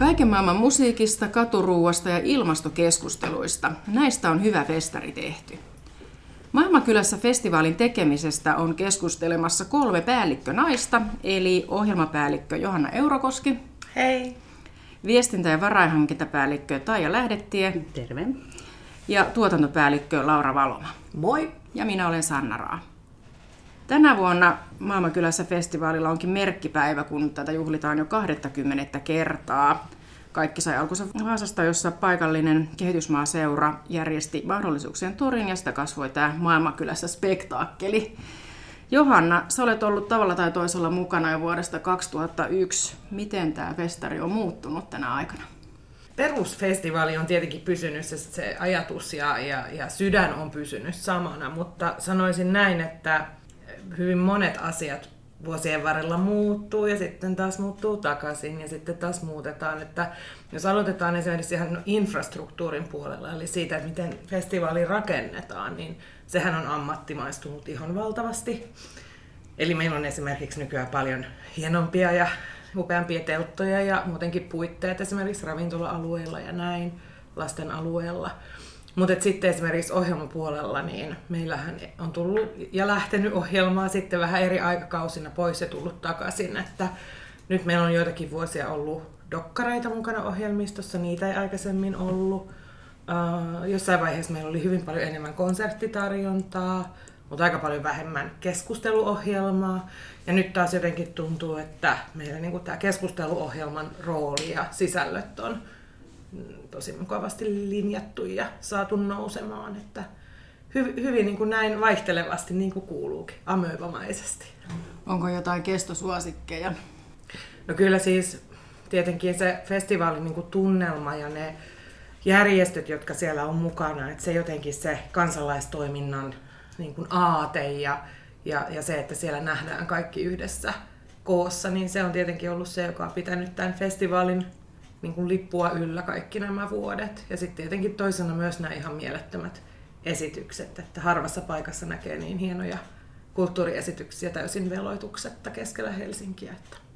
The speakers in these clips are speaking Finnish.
Kaiken maailman musiikista, katuruuasta ja ilmastokeskusteluista. Näistä on hyvä festari tehty. Maailmankylässä festivaalin tekemisestä on keskustelemassa 3 päällikkönaista, eli ohjelmapäällikkö Johanna Eurokoski. Hei! Viestintä- ja varainhankintapäällikkö Taija Lähdetie. Terve! Ja tuotantopäällikkö Laura Valoma. Moi! Ja minä olen Sanna Raa. Tänä vuonna Maailmankylässä festivaalilla onkin merkkipäivä, kun tätä juhlitaan jo 20. kertaa. Kaikki sai alkunsa Vaasasta, jossa paikallinen kehitysmaaseura järjesti mahdollisuuksien torin ja sitä kasvoi tämä Maailmankylässä spektaakkeli. Johanna, sä olet ollut tavalla tai toisella mukana jo vuodesta 2001. Miten tämä festari on muuttunut tänä aikana? Perusfestivaali on tietenkin pysynyt, se ajatus ja sydän on pysynyt samana, mutta sanoisin näin, että hyvin monet asiat vuosien varrella muuttuu ja sitten taas muuttuu takaisin ja sitten taas muutetaan. Että jos aloitetaan esimerkiksi ihan infrastruktuurin puolella, eli siitä, että miten festivaali rakennetaan, niin sehän on ammattimaistunut ihan valtavasti. Eli meillä on esimerkiksi nykyään paljon hienompia ja upeampia telttoja ja muutenkin puitteet esimerkiksi ravintola-alueilla ja näin, lasten alueella. Mutta sitten esimerkiksi ohjelmapuolella, niin meillähän on tullut ja lähtenyt ohjelmaa sitten vähän eri aikakausina pois ja tullut takaisin. Että nyt meillä on joitakin vuosia ollut dokkareita mukana ohjelmistossa, niitä ei aikaisemmin ollut. Jossain vaiheessa meillä oli hyvin paljon enemmän konserttitarjontaa, mutta aika paljon vähemmän keskusteluohjelmaa. Ja nyt taas jotenkin tuntuu, että meillä niin tämä keskusteluohjelman rooli ja sisällöt on tosi mukavasti linjattu ja saatu nousemaan. Että hyvin niin kuin näin vaihtelevasti niin kuin kuuluukin, amööbamaisesti. Onko jotain kestosuosikkeja? No kyllä siis tietenkin se festivaalin niin kuin tunnelma ja ne järjestöt, jotka siellä on mukana, että se jotenkin se kansalaistoiminnan niin kuin aate ja se, että siellä nähdään kaikki yhdessä koossa, niin se on tietenkin ollut se, joka on pitänyt tämän festivaalin niin kuin lippua yllä kaikki nämä vuodet. Ja sitten tietenkin toisena myös nämä ihan mielettömät esitykset, että harvassa paikassa näkee niin hienoja kulttuuriesityksiä täysin veloituksetta keskellä Helsinkiä.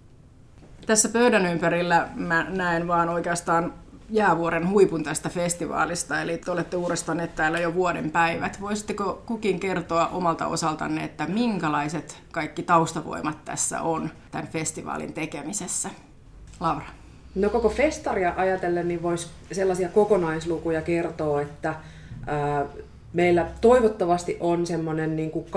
Tässä pöydän ympärillä mä näen vaan oikeastaan jäävuoren huipun tästä festivaalista, eli te olette uurastaneet täällä jo vuoden päivät. Voisitteko kukin kertoa omalta osaltanne, että minkälaiset kaikki taustavoimat tässä on tämän festivaalin tekemisessä? Laura. No koko festaria ajatellen niin voisi sellaisia kokonaislukuja kertoa, että meillä toivottavasti on semmoinen niin kuin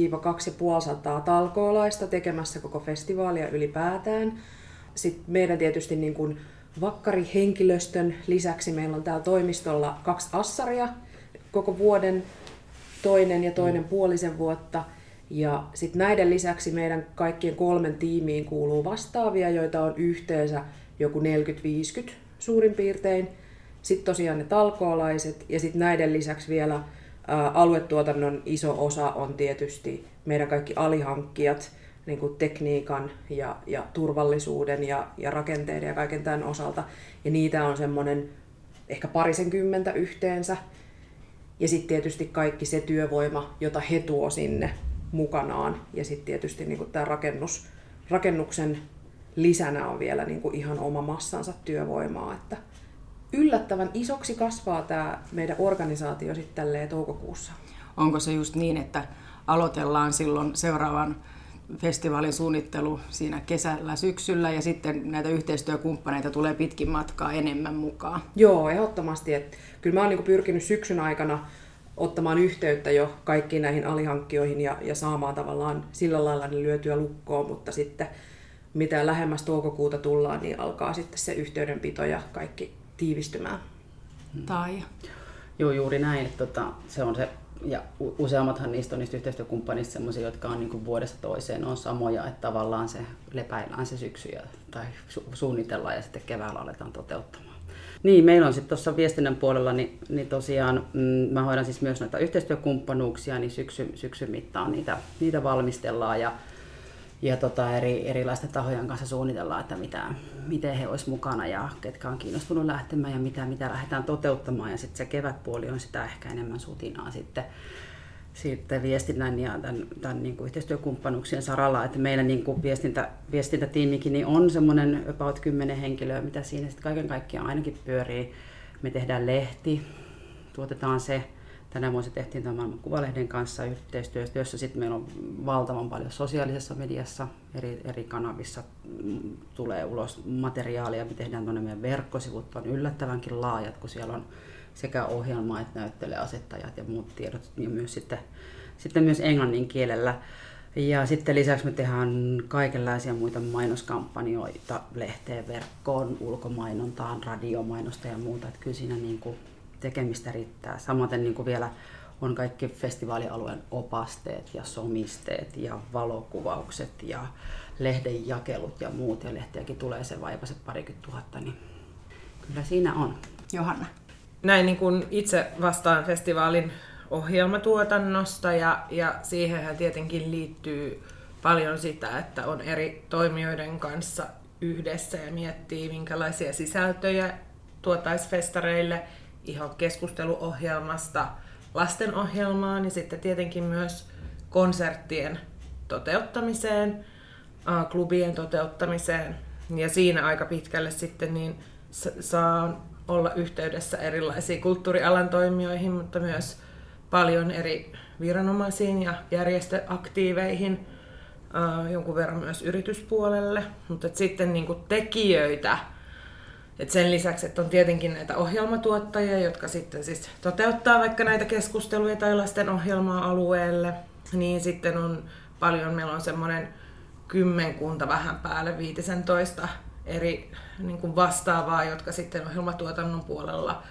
200-250 talkoolaista tekemässä koko festivaalia ylipäätään. Sitten meidän tietysti niin kuin vakkarihenkilöstön lisäksi meillä on täällä toimistolla 2 assaria koko vuoden, toinen ja toinen puolisen vuotta. Ja sitten näiden lisäksi meidän kaikkien 3 tiimiin kuuluu vastaavia, joita on yhteensä joku 40-50 suurin piirtein. Sitten tosiaan ne talkoolaiset ja sitten näiden lisäksi vielä aluetuotannon iso osa on tietysti meidän kaikki alihankkijat, niin kuin tekniikan ja turvallisuuden ja rakenteiden ja kaiken tämän osalta. Ja niitä on semmoinen ehkä 20 yhteensä. Ja sitten tietysti kaikki se työvoima, jota he tuo sinne mukanaan. Ja sitten tietysti niin kuin tämä rakennuksen lisänä on vielä niin kuin ihan oma massansa työvoimaa. Että yllättävän isoksi kasvaa tämä meidän organisaatio sitten tälleen toukokuussa. Onko se just niin, että aloitellaan silloin seuraavan festivaalin suunnittelu siinä kesällä, syksyllä ja sitten näitä yhteistyökumppaneita tulee pitkin matkaa enemmän mukaan? Joo, ehdottomasti. Kyllä mä oon niin pyrkinyt syksyn aikana ottamaan yhteyttä jo kaikkiin näihin alihankkijoihin ja saamaan tavallaan sillä lailla ne lyötyä lukkoon, mutta sitten mitä lähemmäs toukokuuta tullaan, niin alkaa sitten se yhteydenpito ja kaikki tiivistymään. Taija. Joo, juuri näin. Se on se. Ja useammathan niistä on niistä yhteistyökumppanista sellaisia, jotka on niin kuin vuodesta toiseen on samoja, että tavallaan se lepäillään se syksy tai suunnitellaan ja sitten keväällä aletaan toteuttamaan. Niin, meillä on sitten tuossa viestinnän puolella, niin tosiaan mä hoidan siis myös noita yhteistyökumppanuuksia, niin syksyn mittaan niitä valmistellaan ja erilaisten tahojen kanssa suunnitellaan, että miten he olisivat mukana ja ketkä on kiinnostunut lähtemään ja mitä lähdetään toteuttamaan. Ja sitten se kevätpuoli on sitä ehkä enemmän sutinaa sitten sitten viestinnän ja tämän niin kuin yhteistyökumppanuuksien saralla, että meillä niin kuin viestintätiimikin niin on semmoinen about 10 henkilöä, mitä siinä sitten kaiken kaikkiaan ainakin pyörii. Me tehdään lehti, tuotetaan se. Tänä vuonna se tehtiin tämän Maailman Kuvalehden kanssa yhteistyössä. Sitten meillä on valtavan paljon sosiaalisessa mediassa, eri kanavissa tulee ulos materiaalia. Me tehdään tuonne meidän verkkosivut, on yllättävänkin laajat, kun siellä on sekä ohjelma- että näyttelijäasettajat ja muut tiedot, ja myös sitten myös englannin kielellä. Ja sitten lisäksi me tehdään kaikenlaisia muita mainoskampanjoita lehteen, verkkoon, ulkomainontaan, radiomainosta ja muuta. Että kyllä siinä niin kuin tekemistä riittää. Samaten niin kuin vielä on kaikki festivaalialueen opasteet ja somisteet ja valokuvaukset ja lehdenjakelut ja muut. Ja lehtiäkin tulee se vaipaiset 20 000, niin kyllä siinä on. Johanna. Näin niin kuin itse vastaan festivaalin ohjelmatuotannosta ja siihenhän tietenkin liittyy paljon sitä, että on eri toimijoiden kanssa yhdessä ja miettii, minkälaisia sisältöjä tuotaisiin festareille ihan keskusteluohjelmasta lastenohjelmaan ja sitten tietenkin myös konserttien toteuttamiseen, klubien toteuttamiseen ja siinä aika pitkälle sitten niin saa olla yhteydessä erilaisiin kulttuurialan toimijoihin, mutta myös paljon eri viranomaisiin ja järjestöaktiiveihin, jonkun verran myös yrityspuolelle, mutta sitten niin kuin tekijöitä, et sen lisäksi, että on tietenkin näitä ohjelmatuottajia, jotka sitten siis toteuttaa vaikka näitä keskusteluja tai lasten ohjelmaa alueelle, niin sitten on paljon, meillä on semmoinen 10 vähän päälle 15 eri niin kuin vastaavaa, jotka sitten ohjelmatuotannon puolella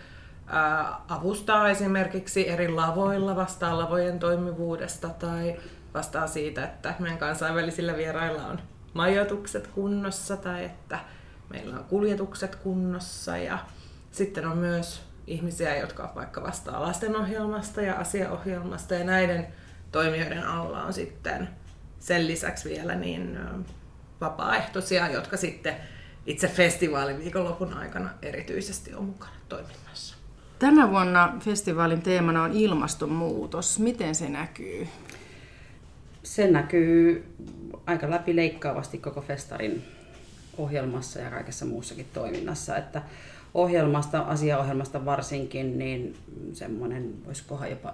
avustaa esimerkiksi eri lavoilla, vastaa lavojen toimivuudesta tai vastaa siitä, että meidän kansainvälisillä vierailla on majoitukset kunnossa tai että meillä on kuljetukset kunnossa. Ja sitten on myös ihmisiä, jotka vaikka vastaa lastenohjelmasta ja asiaohjelmasta ja näiden toimijoiden alla on sitten sen lisäksi vielä niin vapaaehtoisia, jotka sitten itse festivaalin viikonlopun aikana erityisesti on mukana toiminnassa. Tänä vuonna festivaalin teemana on ilmastonmuutos. Miten se näkyy? Se näkyy aika läpileikkaavasti koko festarin ohjelmassa ja kaikessa muussakin toiminnassa. Että asiaohjelmasta varsinkin, niin semmoinen, voisikohan jopa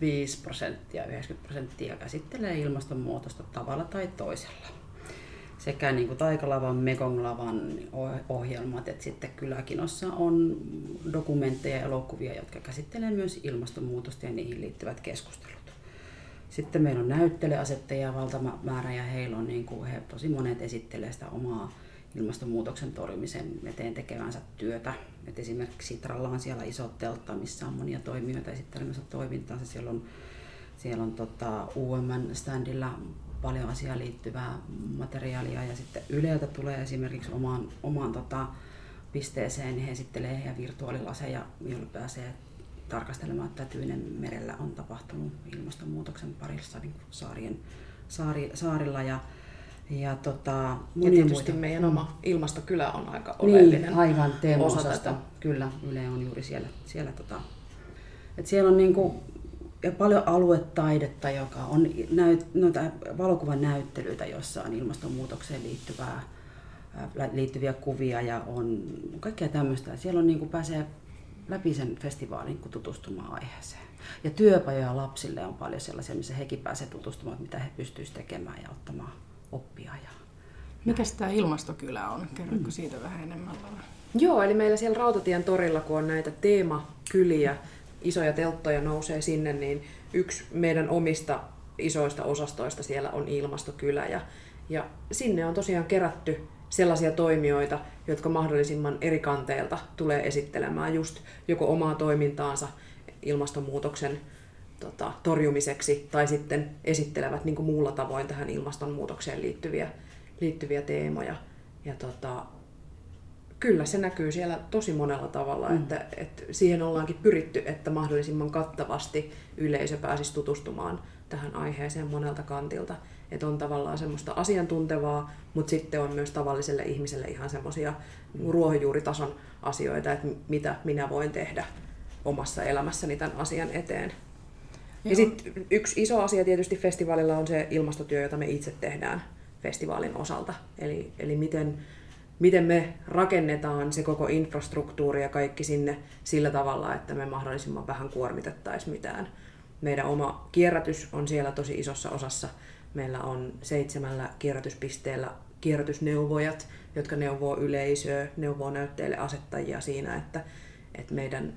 90% käsittelee ilmastonmuutosta tavalla tai toisella. Sekä niin kuin Taikalavan, Mekonglavan ohjelmat, että sitten Kyläkinossa on dokumentteja ja elokuvia, jotka käsittelee myös ilmastonmuutosta ja niihin liittyvät keskustelut. Sitten meillä on näyttelijäasettajia valtava määrä ja heillä on niin kuin he tosi monet esittelee sitä omaa ilmastonmuutoksen torjumisen eteen tekevänsä työtä. Et esimerkiksi Sitralla on siellä iso teltta, missä on monia toimijoita esittelemässä toimintaansa. Siellä on UMN-standilla paljon asiaan liittyvää materiaalia ja sitten Yleltä tulee esimerkiksi omaan pisteeseen, niin he esittelee ja virtuaalilaseja, joilla pääsee tarkastelemaan, että Tyynenmerellä on tapahtunut ilmastonmuutoksen parissa niin saarilla ja tietysti meidän oma ilmastokylä on aika oleellinen niin, aivan teema-osasta. Kyllä, Yle on juuri siellä että siellä on niinku ja paljon aluetaidetta, joka on noita valokuvan näyttelyitä, joissa on ilmastonmuutokseen liittyviä kuvia ja on kaikkea tämmöistä. Siellä on, niin kuin pääsee läpi sen festivaalin tutustumaan aiheeseen. Ja työpajoja lapsille on paljon sellaisia, missä hekin pääsee tutustumaan, mitä he pystyisivät tekemään ja ottamaan oppia. Mikäs tämä ilmastokylä on? Kerrotko siitä vähän enemmän? Joo, eli meillä siellä Rautatien torilla, kun on näitä teemakyliä, isoja telttoja nousee sinne, niin yksi meidän omista isoista osastoista siellä on ilmastokylä. Ja sinne on tosiaan kerätty sellaisia toimijoita, jotka mahdollisimman eri kanteilta tulee esittelemään just joko omaa toimintaansa ilmastonmuutoksen torjumiseksi tai sitten esittelevät niin kuin muulla tavoin tähän ilmastonmuutokseen liittyviä teemoja. Ja kyllä se näkyy siellä tosi monella tavalla, että siihen ollaankin pyritty, että mahdollisimman kattavasti yleisö pääsisi tutustumaan tähän aiheeseen monelta kantilta. Että on tavallaan semmoista asiantuntevaa, mutta sitten on myös tavalliselle ihmiselle ihan semmoisia ruohonjuuritason asioita, että mitä minä voin tehdä omassa elämässäni tämän asian eteen. Ja sitten yksi iso asia tietysti festivaalilla on se ilmastotyö, jota me itse tehdään festivaalin osalta. Eli miten me rakennetaan se koko infrastruktuuri ja kaikki sinne sillä tavalla, että me mahdollisimman vähän kuormitettaisiin mitään. Meidän oma kierrätys on siellä tosi isossa osassa. Meillä on 7 kierrätyspisteellä kierrätysneuvojat, jotka neuvoo yleisöä, neuvoo näytteille asettajia siinä, että meidän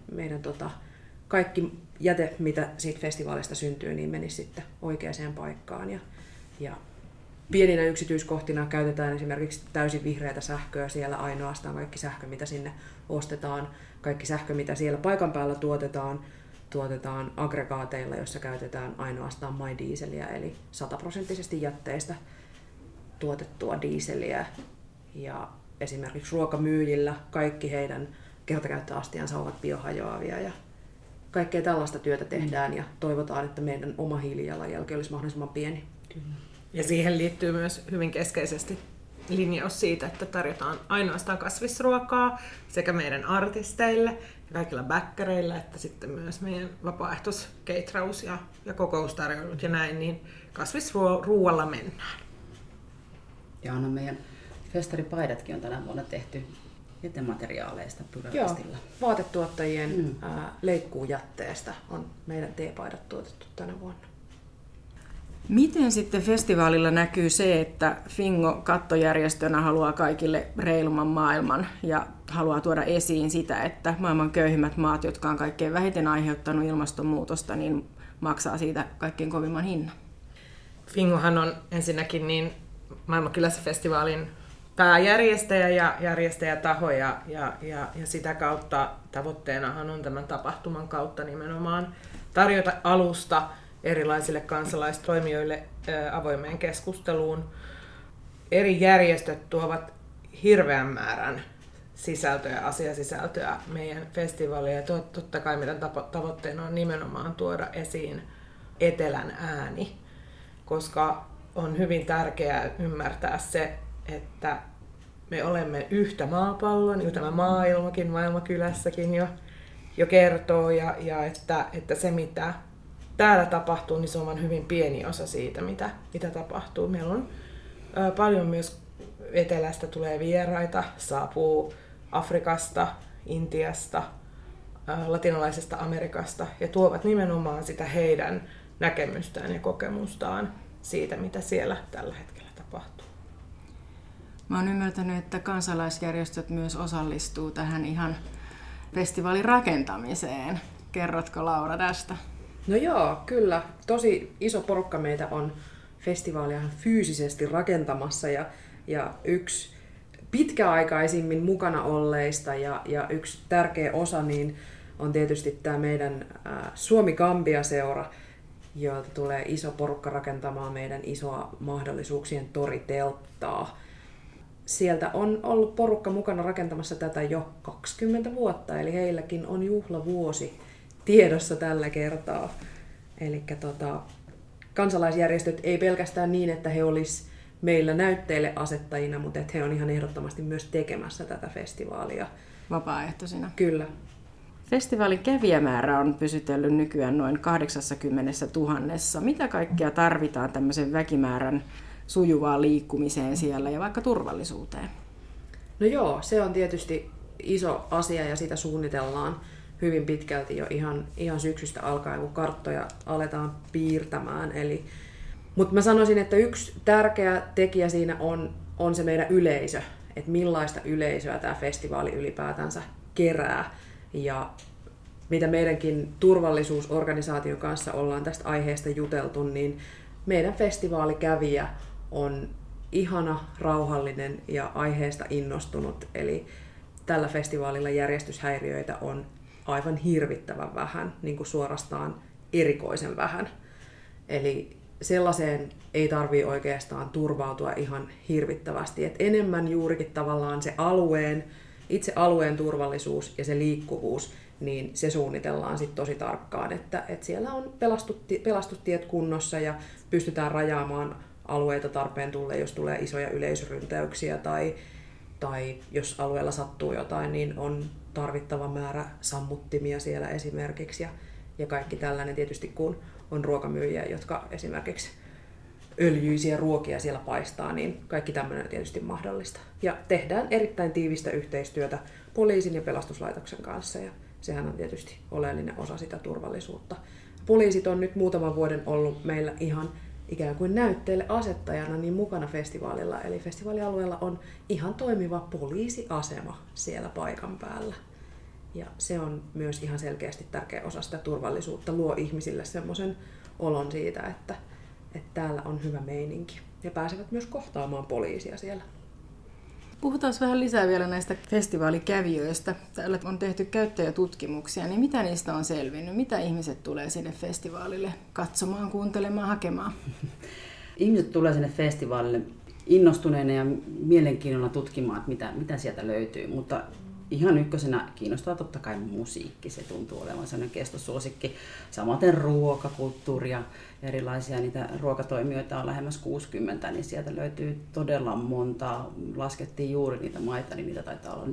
kaikki jäte, mitä siitä festivaalista syntyy, niin menisi sitten oikeaan paikkaan. Ja pieninä yksityiskohtina käytetään esimerkiksi täysin vihreätä sähköä siellä ainoastaan. Kaikki sähkö, mitä sinne ostetaan, kaikki sähkö, mitä siellä paikan päällä tuotetaan aggregaateilla, jossa käytetään ainoastaan MY-dieseliä, eli 100% jätteistä tuotettua dieseliä. Ja esimerkiksi ruokamyyjillä kaikki heidän kertakäyttöastiansa ovat biohajoavia ja kaikkea tällaista työtä tehdään ja toivotaan, että meidän oma hiilijalanjälki olisi mahdollisimman pieni. Kyllä. Ja siihen liittyy myös hyvin keskeisesti linjaus siitä, että tarjotaan ainoastaan kasvisruokaa sekä meidän artisteille ja kaikilla bäkkäreillä, että sitten myös meidän vapaaehtoiskeitraus ja kokoustarjoilut ja näin, niin kasvisruualla mennään. Ja onhan meidän festaripaidatkin on tänä vuonna tehty jätemateriaaleista Pyröfestillä. Joo, vaatetuottajien leikkuujätteestä on meidän teepaidat tuotettu tänä vuonna. Miten sitten festivaalilla näkyy se, että Fingo kattojärjestönä haluaa kaikille reilumman maailman ja haluaa tuoda esiin sitä, että maailman köyhimmät maat, jotka on kaikkein vähiten aiheuttanut ilmastonmuutosta, niin maksaa siitä kaikkein kovimman hinnan? Fingohan on ensinnäkin niin Maailmankylässä-festivaalin pääjärjestäjä ja järjestäjätaho ja sitä kautta tavoitteenahan on tämän tapahtuman kautta nimenomaan tarjota alusta erilaisille kansalaistoimijoille avoimeen keskusteluun. Eri järjestöt tuovat hirveän määrän sisältöä, asiasisältöä meidän festivaaliin ja totta kai meidän tavoitteena on nimenomaan tuoda esiin etelän ääni, koska on hyvin tärkeää ymmärtää se, että me olemme yhtä maapalloa, niin kuin tämä maailmakin, Maailmankylässäkin jo kertoo, ja että se mitä täällä tapahtuu, niin se on hyvin pieni osa siitä, mitä tapahtuu. Meillä on paljon myös etelästä tulee vieraita, saapuu Afrikasta, Intiasta, latinalaisesta Amerikasta, ja tuovat nimenomaan sitä heidän näkemystään ja kokemustaan siitä, mitä siellä tällä hetkellä tapahtuu. Mä oon ymmärtänyt, että kansalaisjärjestöt myös osallistuu tähän ihan festivaalin rakentamiseen. Kerrotko Laura tästä? No joo, kyllä. Tosi iso porukka meitä on festivaalia fyysisesti rakentamassa ja yksi pitkäaikaisimmin mukana olleista ja yksi tärkeä osa niin on tietysti tämä meidän Suomi-Gambia-seura, joilta tulee iso porukka rakentamaan meidän isoa mahdollisuuksien toritelttaa. Sieltä on ollut porukka mukana rakentamassa tätä jo 20 vuotta, eli heilläkin on juhlavuosi tiedossa tällä kertaa. Eli kansalaisjärjestöt ei pelkästään niin, että he olisi meillä näytteille asettajina, mutta että he on ihan ehdottomasti myös tekemässä tätä festivaalia. Vapaaehtoisina. Kyllä. Festivaalin kävijämäärä on pysytellyt nykyään noin 80 000. Mitä kaikkea tarvitaan tämmöisen väkimäärän sujuvaan liikkumiseen siellä ja vaikka turvallisuuteen? No joo, se on tietysti iso asia ja sitä suunnitellaan hyvin pitkälti jo ihan syksystä alkaen, kun karttoja aletaan piirtämään. Mutta mä sanoisin, että yksi tärkeä tekijä siinä on se meidän yleisö, että millaista yleisöä tämä festivaali ylipäätänsä kerää. Ja mitä meidänkin turvallisuusorganisaation kanssa ollaan tästä aiheesta juteltu, niin meidän festivaalikävijä on ihana, rauhallinen ja aiheesta innostunut. Eli tällä festivaalilla järjestyshäiriöitä on aivan hirvittävän vähän, niin kuin suorastaan erikoisen vähän. Eli sellaiseen ei tarvitse oikeastaan turvautua ihan hirvittävästi. Et enemmän juurikin tavallaan se itse alueen turvallisuus ja se liikkuvuus, niin se suunnitellaan sit tosi tarkkaan, että siellä on pelastustiet kunnossa ja pystytään rajaamaan alueita tarpeen tulleen, jos tulee isoja yleisöryntäyksiä tai jos alueella sattuu jotain, niin on tarvittava määrä sammuttimia siellä esimerkiksi ja kaikki tällainen tietysti, kun on ruokamyyjiä, jotka esimerkiksi öljyisiä ruokia siellä paistaa, niin kaikki tämmöinen on tietysti mahdollista. Ja tehdään erittäin tiivistä yhteistyötä poliisin ja pelastuslaitoksen kanssa, ja sehän on tietysti oleellinen osa sitä turvallisuutta. Poliisit on nyt muutaman vuoden ollut meillä ihan ikään kuin näytteelle asettajana niin mukana festivaalilla, eli festivaalialueella on ihan toimiva poliisiasema siellä paikan päällä. Ja se on myös ihan selkeästi tärkeä osa sitä turvallisuutta, luo ihmisille semmoisen olon siitä, että täällä on hyvä meininki. Ja pääsevät myös kohtaamaan poliisia siellä. Puhutaan vähän lisää vielä näistä festivaalikävijöistä. Täällä on tehty käyttäjätutkimuksia, niin mitä niistä on selvinnyt? Mitä ihmiset tulee sinne festivaalille katsomaan, kuuntelemaan, hakemaan? Ihmiset tulee sinne festivaalille innostuneena ja mielenkiinnolla tutkimaan, että mitä sieltä löytyy, mutta ihan ykkösenä kiinnostaa totta kai musiikki, se tuntuu olevan sellainen kestosuosikki. Samaten ruokakulttuuri ja erilaisia niitä ruokatoimijoita on lähemmäs 60, niin sieltä löytyy todella montaa. Laskettiin juuri niitä maita, niin niitä taitaa olla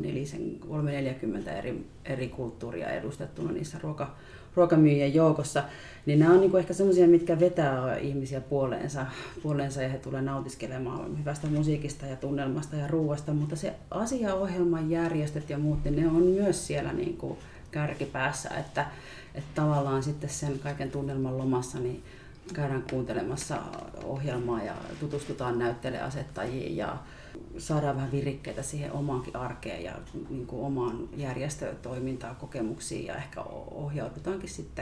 340 eri kulttuuria edustettuna niissä ruokamyyjien joukossa. Niin nämä on niin kuin ehkä sellaisia, mitkä vetää ihmisiä puoleensa ja he tulee nautiskelemaan hyvästä musiikista ja tunnelmasta ja ruuasta, mutta se asiaohjelman järjestöt ja muut, niin ne on myös siellä niin kuin kärkipäässä, että tavallaan sitten sen kaiken tunnelman lomassa niin käydään kuuntelemassa ohjelmaa ja tutustutaan näyttelijäasettajiin ja saadaan vähän virikkeitä siihen omaankin arkeen ja niin kuin omaan järjestötoimintaan, kokemuksiin ja ehkä ohjaudutaankin sitten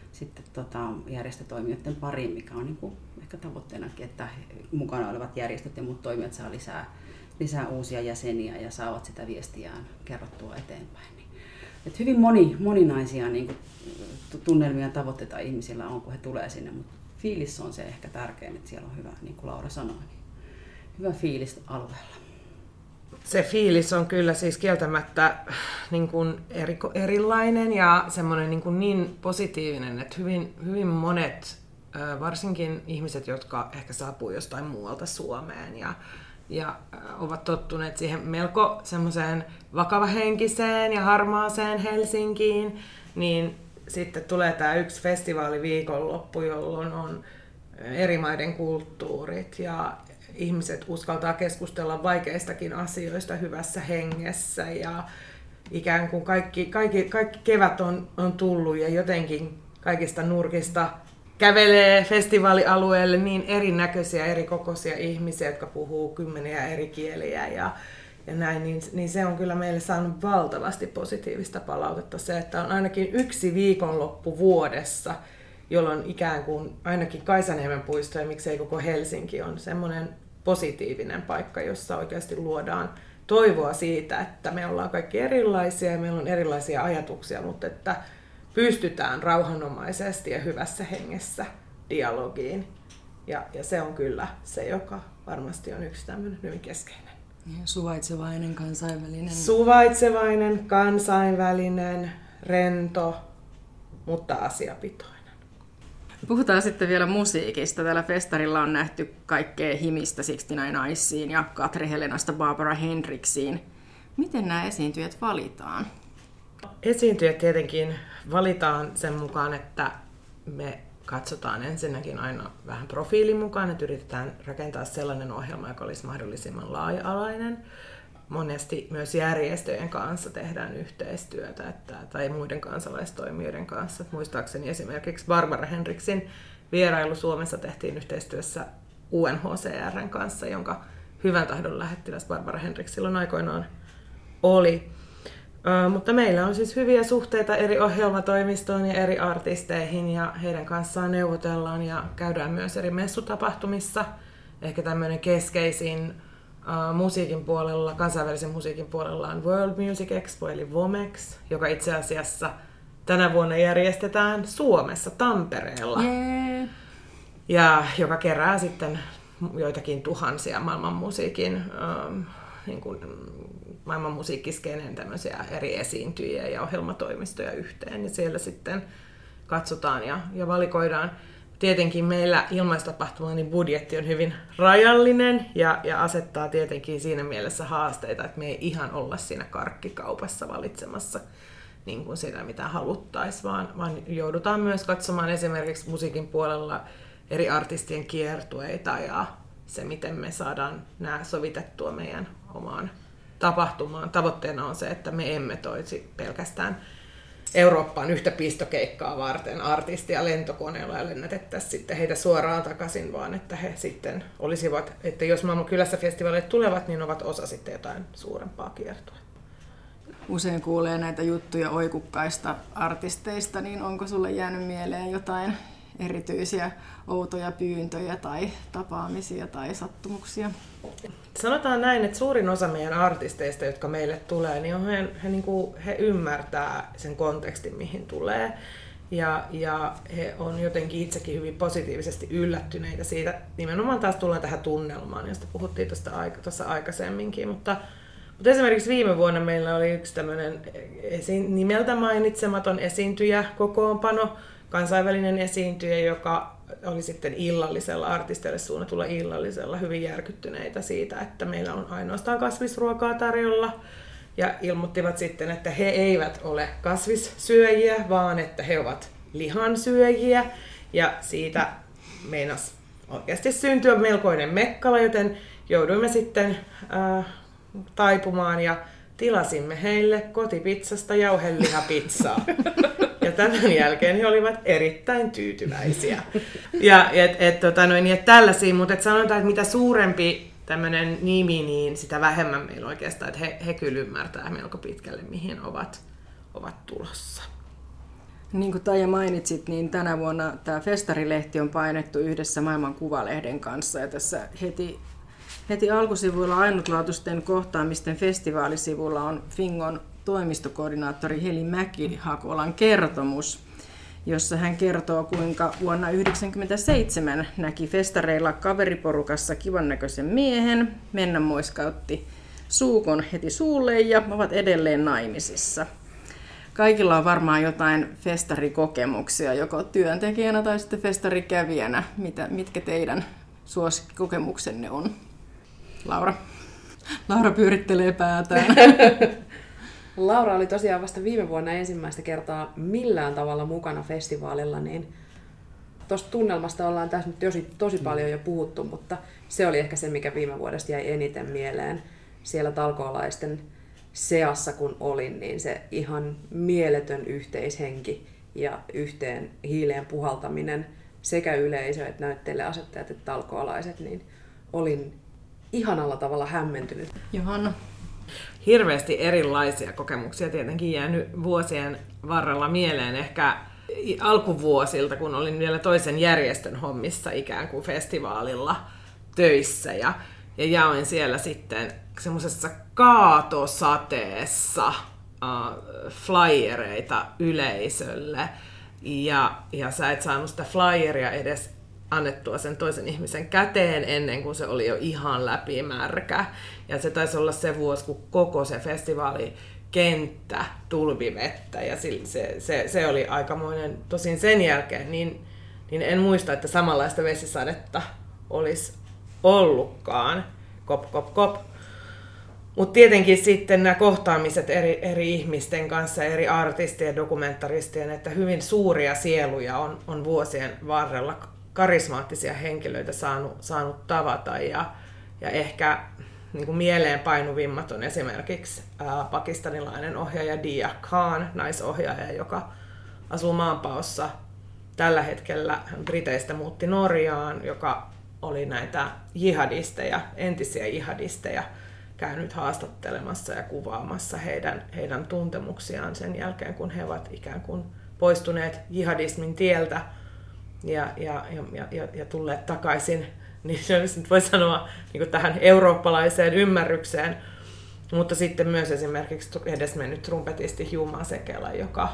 järjestötoimijoiden pariin, mikä on niin kuin ehkä tavoitteenakin, että mukana olevat järjestöt ja muut toimijat saa lisää uusia jäseniä ja saavat sitä viestiään kerrottua eteenpäin. Että hyvin moninaisia niin kuin tunnelmia ja tavoitteita ihmisillä on, kun he tulee sinne, mutta fiilis on se ehkä tärkein, että siellä on hyvä, niin kuin Laura sanoi, niin hyvä fiilis alueella. Se fiilis on kyllä siis kieltämättä niin kuin erilainen ja semmoinen niin positiivinen, että hyvin monet, varsinkin ihmiset, jotka ehkä saapuu jostain muualta Suomeen ja ovat tottuneet siihen melko semmoiseen vakavahenkiseen ja harmaaseen Helsinkiin, niin sitten tulee tämä yksi festivaaliviikonloppu, jolloin on eri maiden kulttuurit ja ihmiset uskaltaa keskustella vaikeistakin asioista hyvässä hengessä ja ikään kuin kaikki kevät on tullut ja jotenkin kaikista nurkista kävelee festivaalialueelle niin erinäköisiä, erikokoisia ihmisiä, jotka puhuu 10 eri kieliä ja näin, niin se on kyllä meille saanut valtavasti positiivista palautetta se, että on ainakin yksi viikonloppu vuodessa, jolloin ikään kuin ainakin Kaisaniemen puisto ja miksei koko Helsinki on semmoinen positiivinen paikka, jossa oikeasti luodaan toivoa siitä, että me ollaan kaikki erilaisia ja meillä on erilaisia ajatuksia, mutta että pystytään rauhanomaisesti ja hyvässä hengessä dialogiin. Ja se on kyllä se, joka varmasti on yksi tämmöinen hyvin keskeinen. Suvaitsevainen, kansainvälinen. Suvaitsevainen, kansainvälinen, rento, mutta asiapitoinen. Puhutaan sitten vielä musiikista. Täällä festarilla on nähty kaikkea Himistä 69 Icesiin ja Katri Helenasta Barbara Hendricksiin. Miten nämä esiintyjät valitaan? Esiintyjät tietenkin valitaan sen mukaan, että me katsotaan ensinnäkin aina vähän profiilin mukaan, että yritetään rakentaa sellainen ohjelma, joka olisi mahdollisimman laaja-alainen. Monesti myös järjestöjen kanssa tehdään yhteistyötä tai muiden kansalaistoimijoiden kanssa. Muistaakseni esimerkiksi Barbara Hendricksin vierailu Suomessa tehtiin yhteistyössä UNHCR:n kanssa, jonka hyvän tahdon lähettiläs Barbara Hendricks silloin aikoinaan oli. Mutta meillä on siis hyviä suhteita eri ohjelmatoimistoon ja eri artisteihin ja heidän kanssaan neuvotellaan ja käydään myös eri messutapahtumissa. Ehkä tämmöinen keskeisin musiikin puolella, kansainvälisen musiikin puolella on World Music Expo eli WOMEX, joka itse asiassa tänä vuonna järjestetään Suomessa, Tampereella. Yeah. Ja joka kerää sitten joitakin tuhansia maailman musiikkiskeneen tämmöisiä eri esiintyjiä ja ohjelmatoimistoja yhteen. Ja siellä sitten katsotaan ja valikoidaan. Tietenkin meillä ilmaistapahtuma, niin budjetti on hyvin rajallinen ja asettaa tietenkin siinä mielessä haasteita, että me ei ihan olla siinä karkkikaupassa valitsemassa niin kuin sitä, mitä haluttaisiin, vaan joudutaan myös katsomaan esimerkiksi musiikin puolella eri artistien kiertueita ja se, miten me saadaan nämä sovitettua meidän omaan tapahtumaan. Tavoitteena on se, että me emme toisi pelkästään Eurooppaan yhtä pistokeikkaa varten artistia lentokoneella ja lennätettäisiin sitten heitä suoraan takaisin, vaan että he sitten olisivat, että jos Maailman kylässä festivaaleille tulevat, niin ovat osa sitten jotain suurempaa kiertoa. Usein kuulee näitä juttuja oikukkaista artisteista, niin onko sulle jäänyt mieleen jotain erityisiä outoja pyyntöjä tai tapaamisia tai sattumuksia? Sanotaan näin, että suurin osa meidän artisteista, jotka meille tulee, niin he ymmärtää sen kontekstin, mihin tulee. Ja he on jotenkin itsekin hyvin positiivisesti yllättyneitä siitä. Nimenomaan taas tullaan tähän tunnelmaan, josta puhuttiin tuossa aikaisemminkin. Mutta esimerkiksi viime vuonna meillä oli yksi tämmöinen nimeltä mainitsematon esiintyjä, kokoonpano, kansainvälinen esiintyjä, joka oli sitten illallisella, artisteille suunnatulla illallisella hyvin järkyttyneitä siitä, että meillä on ainoastaan kasvisruokaa tarjolla. Ja ilmoittivat sitten, että he eivät ole kasvissyöjiä, vaan että he ovat lihansyöjiä. Ja siitä meinasi oikeasti syntyä melkoinen mekkala, joten jouduimme sitten taipumaan ja tilasimme heille kotipizzasta jauhelihapizzaa. Ja tämän jälkeen he olivat erittäin tyytyväisiä. Ja tällaisia, mutta sanotaan, että mitä suurempi tämmöinen nimi, niin sitä vähemmän meillä oikeastaan, että he kyllä ymmärtää melko pitkälle, mihin ovat tulossa. Niin kuin Taija mainitsit, niin tänä vuonna tämä Festarilehti on painettu yhdessä Maailman Kuvalehden kanssa. Ja tässä heti alkusivuilla ainutlaatuisten kohtaamisten festivaalisivulla on Fingon toimistokoordinaattori Heli Mäki-Hakolan kertomus, jossa hän kertoo, kuinka vuonna 1997 näki festareilla kaveriporukassa kivan näköisen miehen, mennä moiskautti suukon heti suulle ja ovat edelleen naimisissa. Kaikilla on varmaan jotain festarikokemuksia, joko työntekijänä tai sitten festarikävijänä. Mitkä teidän suosikkikokemuksenne on? Laura pyörittelee päätään. Laura oli tosiaan vasta viime vuonna ensimmäistä kertaa millään tavalla mukana festivaalilla, niin tuosta tunnelmasta ollaan tässä nyt tosi paljon jo puhuttu, mutta se oli ehkä se, mikä viime vuodesta jäi eniten mieleen siellä talkoolaisten seassa, kun olin, niin se ihan mieletön yhteishenki ja yhteen hiileen puhaltaminen sekä yleisö että näytteille asettajat että talkoolaiset, niin olin ihanalla tavalla hämmentynyt. Johanna? Hirveästi erilaisia kokemuksia tietenkin jäänyt vuosien varrella mieleen. Ehkä alkuvuosilta, kun olin vielä toisen järjestön hommissa ikään kuin festivaalilla töissä ja jaoin siellä sitten semmoisessa kaatosateessa flyereita yleisölle. Ja sä et saanut sitä flyeria edes annettua sen toisen ihmisen käteen ennen kuin se oli jo ihan läpimärkä. Ja se taisi olla se vuosi, kun koko se festivaalikenttä tulvivettä ja se oli aikamoinen. Tosin sen jälkeen niin en muista, että samanlaista vesisadetta olisi ollutkaan. Kop. Mutta tietenkin sitten nämä kohtaamiset eri ihmisten kanssa, eri artistien, dokumentaristien, että hyvin suuria sieluja on vuosien varrella karismaattisia henkilöitä saanut tavata ja ehkä niin kuin mieleenpainuvimmat on esimerkiksi pakistanilainen ohjaaja Dia Khan, naisohjaaja, joka asuu maanpaossa tällä hetkellä. Briteistä muutti Norjaan, joka oli näitä jihadisteja, entisiä jihadisteja, käynyt haastattelemassa ja kuvaamassa heidän tuntemuksiaan sen jälkeen, kun he ovat ikään kuin poistuneet jihadismin tieltä ja tulleet takaisin, niin se nyt voi sanoa niin kuin tähän eurooppalaiseen ymmärrykseen. Mutta sitten myös esimerkiksi edesmennyt trumpetisti Hugh Masekela,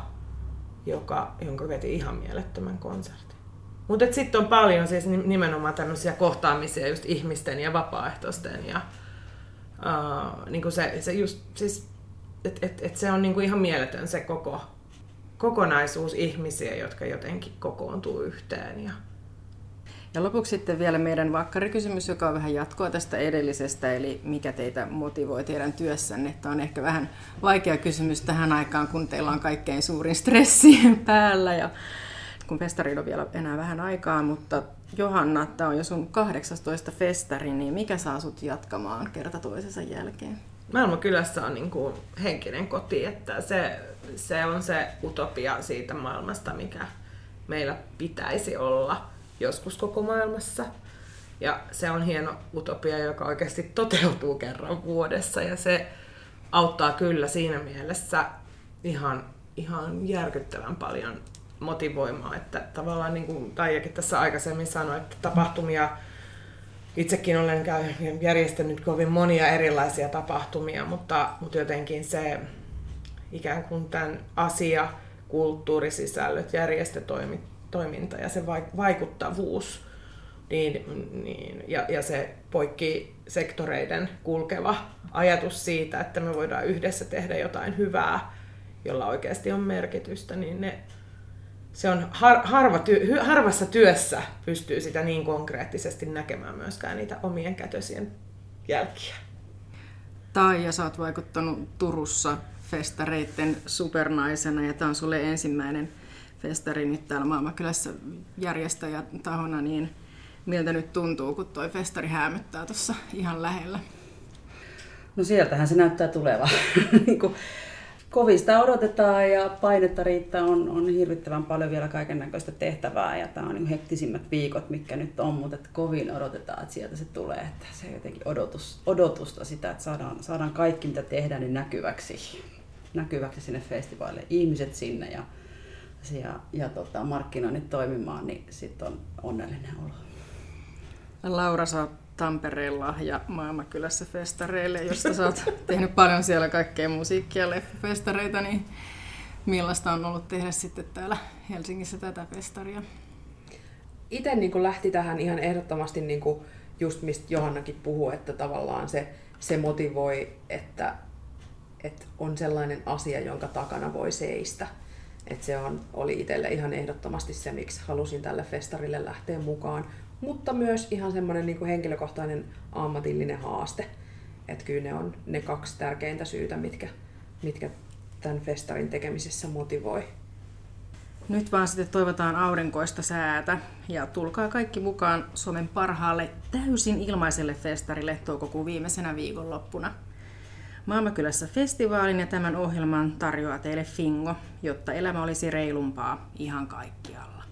jonka veti ihan mielettömän konsertin. Mutta sitten on paljon siis nimenomaan tämmöisiä kohtaamisia just ihmisten ja vapaaehtoisten ja niin kuin se just siis että se on niin kuin ihan mieletön se kokonaisuus ihmisiä, jotka jotenkin kokoontuu yhteen. Ja lopuksi sitten vielä meidän vakkarikysymys, joka on vähän jatkoa tästä edellisestä, eli mikä teitä motivoi teidän työssänne? Tämä on ehkä vähän vaikea kysymys tähän aikaan, kun teillä on kaikkein suurin stressi päällä ja kun festariin on vielä enää vähän aikaa, mutta Johanna, tämä on jo sun 18 festari, niin mikä saa sut jatkamaan kerta toisensa jälkeen? Maailmankylässä on niin kuin henkinen koti, että se on se utopia siitä maailmasta, mikä meillä pitäisi olla joskus koko maailmassa. Ja se on hieno utopia, joka oikeasti toteutuu kerran vuodessa ja se auttaa kyllä siinä mielessä ihan järkyttävän paljon motivoimaa, että tavallaan niin kuin Taijakin tässä aikaisemmin sanoi, että tapahtumia, itsekin olen järjestänyt kovin monia erilaisia tapahtumia, mutta jotenkin se ikään kuin tämän asia, kulttuurisisällöt, järjestötoiminta ja se vaikuttavuus ja se poikki sektoreiden kulkeva ajatus siitä, että me voidaan yhdessä tehdä jotain hyvää, jolla oikeasti on merkitystä, niin se on harvassa työssä pystyy sitä niin konkreettisesti näkemään myöskään niitä omien kätösien jälkiä. Taija, sä oot vaikuttanut Turussa festareitten supernaisena ja tämä on sulle ensimmäinen festari nyt täällä Maailmankylässä järjestäjätahona, niin miltä nyt tuntuu, kun toi festari häämöttää tuossa ihan lähellä? No sieltähän se näyttää tulevan. Kovista odotetaan ja painetta riittää, on hirvittävän paljon vielä kaiken näköistä tehtävää ja tämä on niin hektisimmät viikot, mitkä nyt on, mutta kovin odotetaan, että sieltä se tulee. Että se jotenkin odotusta sitä, että saadaan kaikki mitä tehdään niin näkyväksi sinne festivaalille, ihmiset sinne ja markkinoinnit toimimaan, niin sitten on onnellinen olo. Laura, sä oot Tampereen lahja Maailmankylässä festareille, josta sä oot tehnyt paljon siellä kaikkea musiikkia, leffafestareita, niin millaista on ollut tehdä sitten täällä Helsingissä tätä festaria? Itse niin lähti tähän ihan ehdottomasti niin just mistä Johannakin puhuu, että tavallaan se motivoi, että on sellainen asia, jonka takana voi seistä. Että se oli itselle ihan ehdottomasti se, miksi halusin tälle festarille lähteä mukaan. Mutta myös ihan semmoinen niin kuin henkilökohtainen ammatillinen haaste. Että kyllä ne on ne 2 tärkeintä syytä, mitkä tämän festarin tekemisessä motivoi. Nyt vaan sitten toivotaan aurinkoista säätä ja tulkaa kaikki mukaan Suomen parhaalle täysin ilmaiselle festarille toukokuun viimeisenä viikonloppuna. Maailmankylässä festivaalin ja tämän ohjelman tarjoaa teille Fingo, jotta elämä olisi reilumpaa ihan kaikkialla.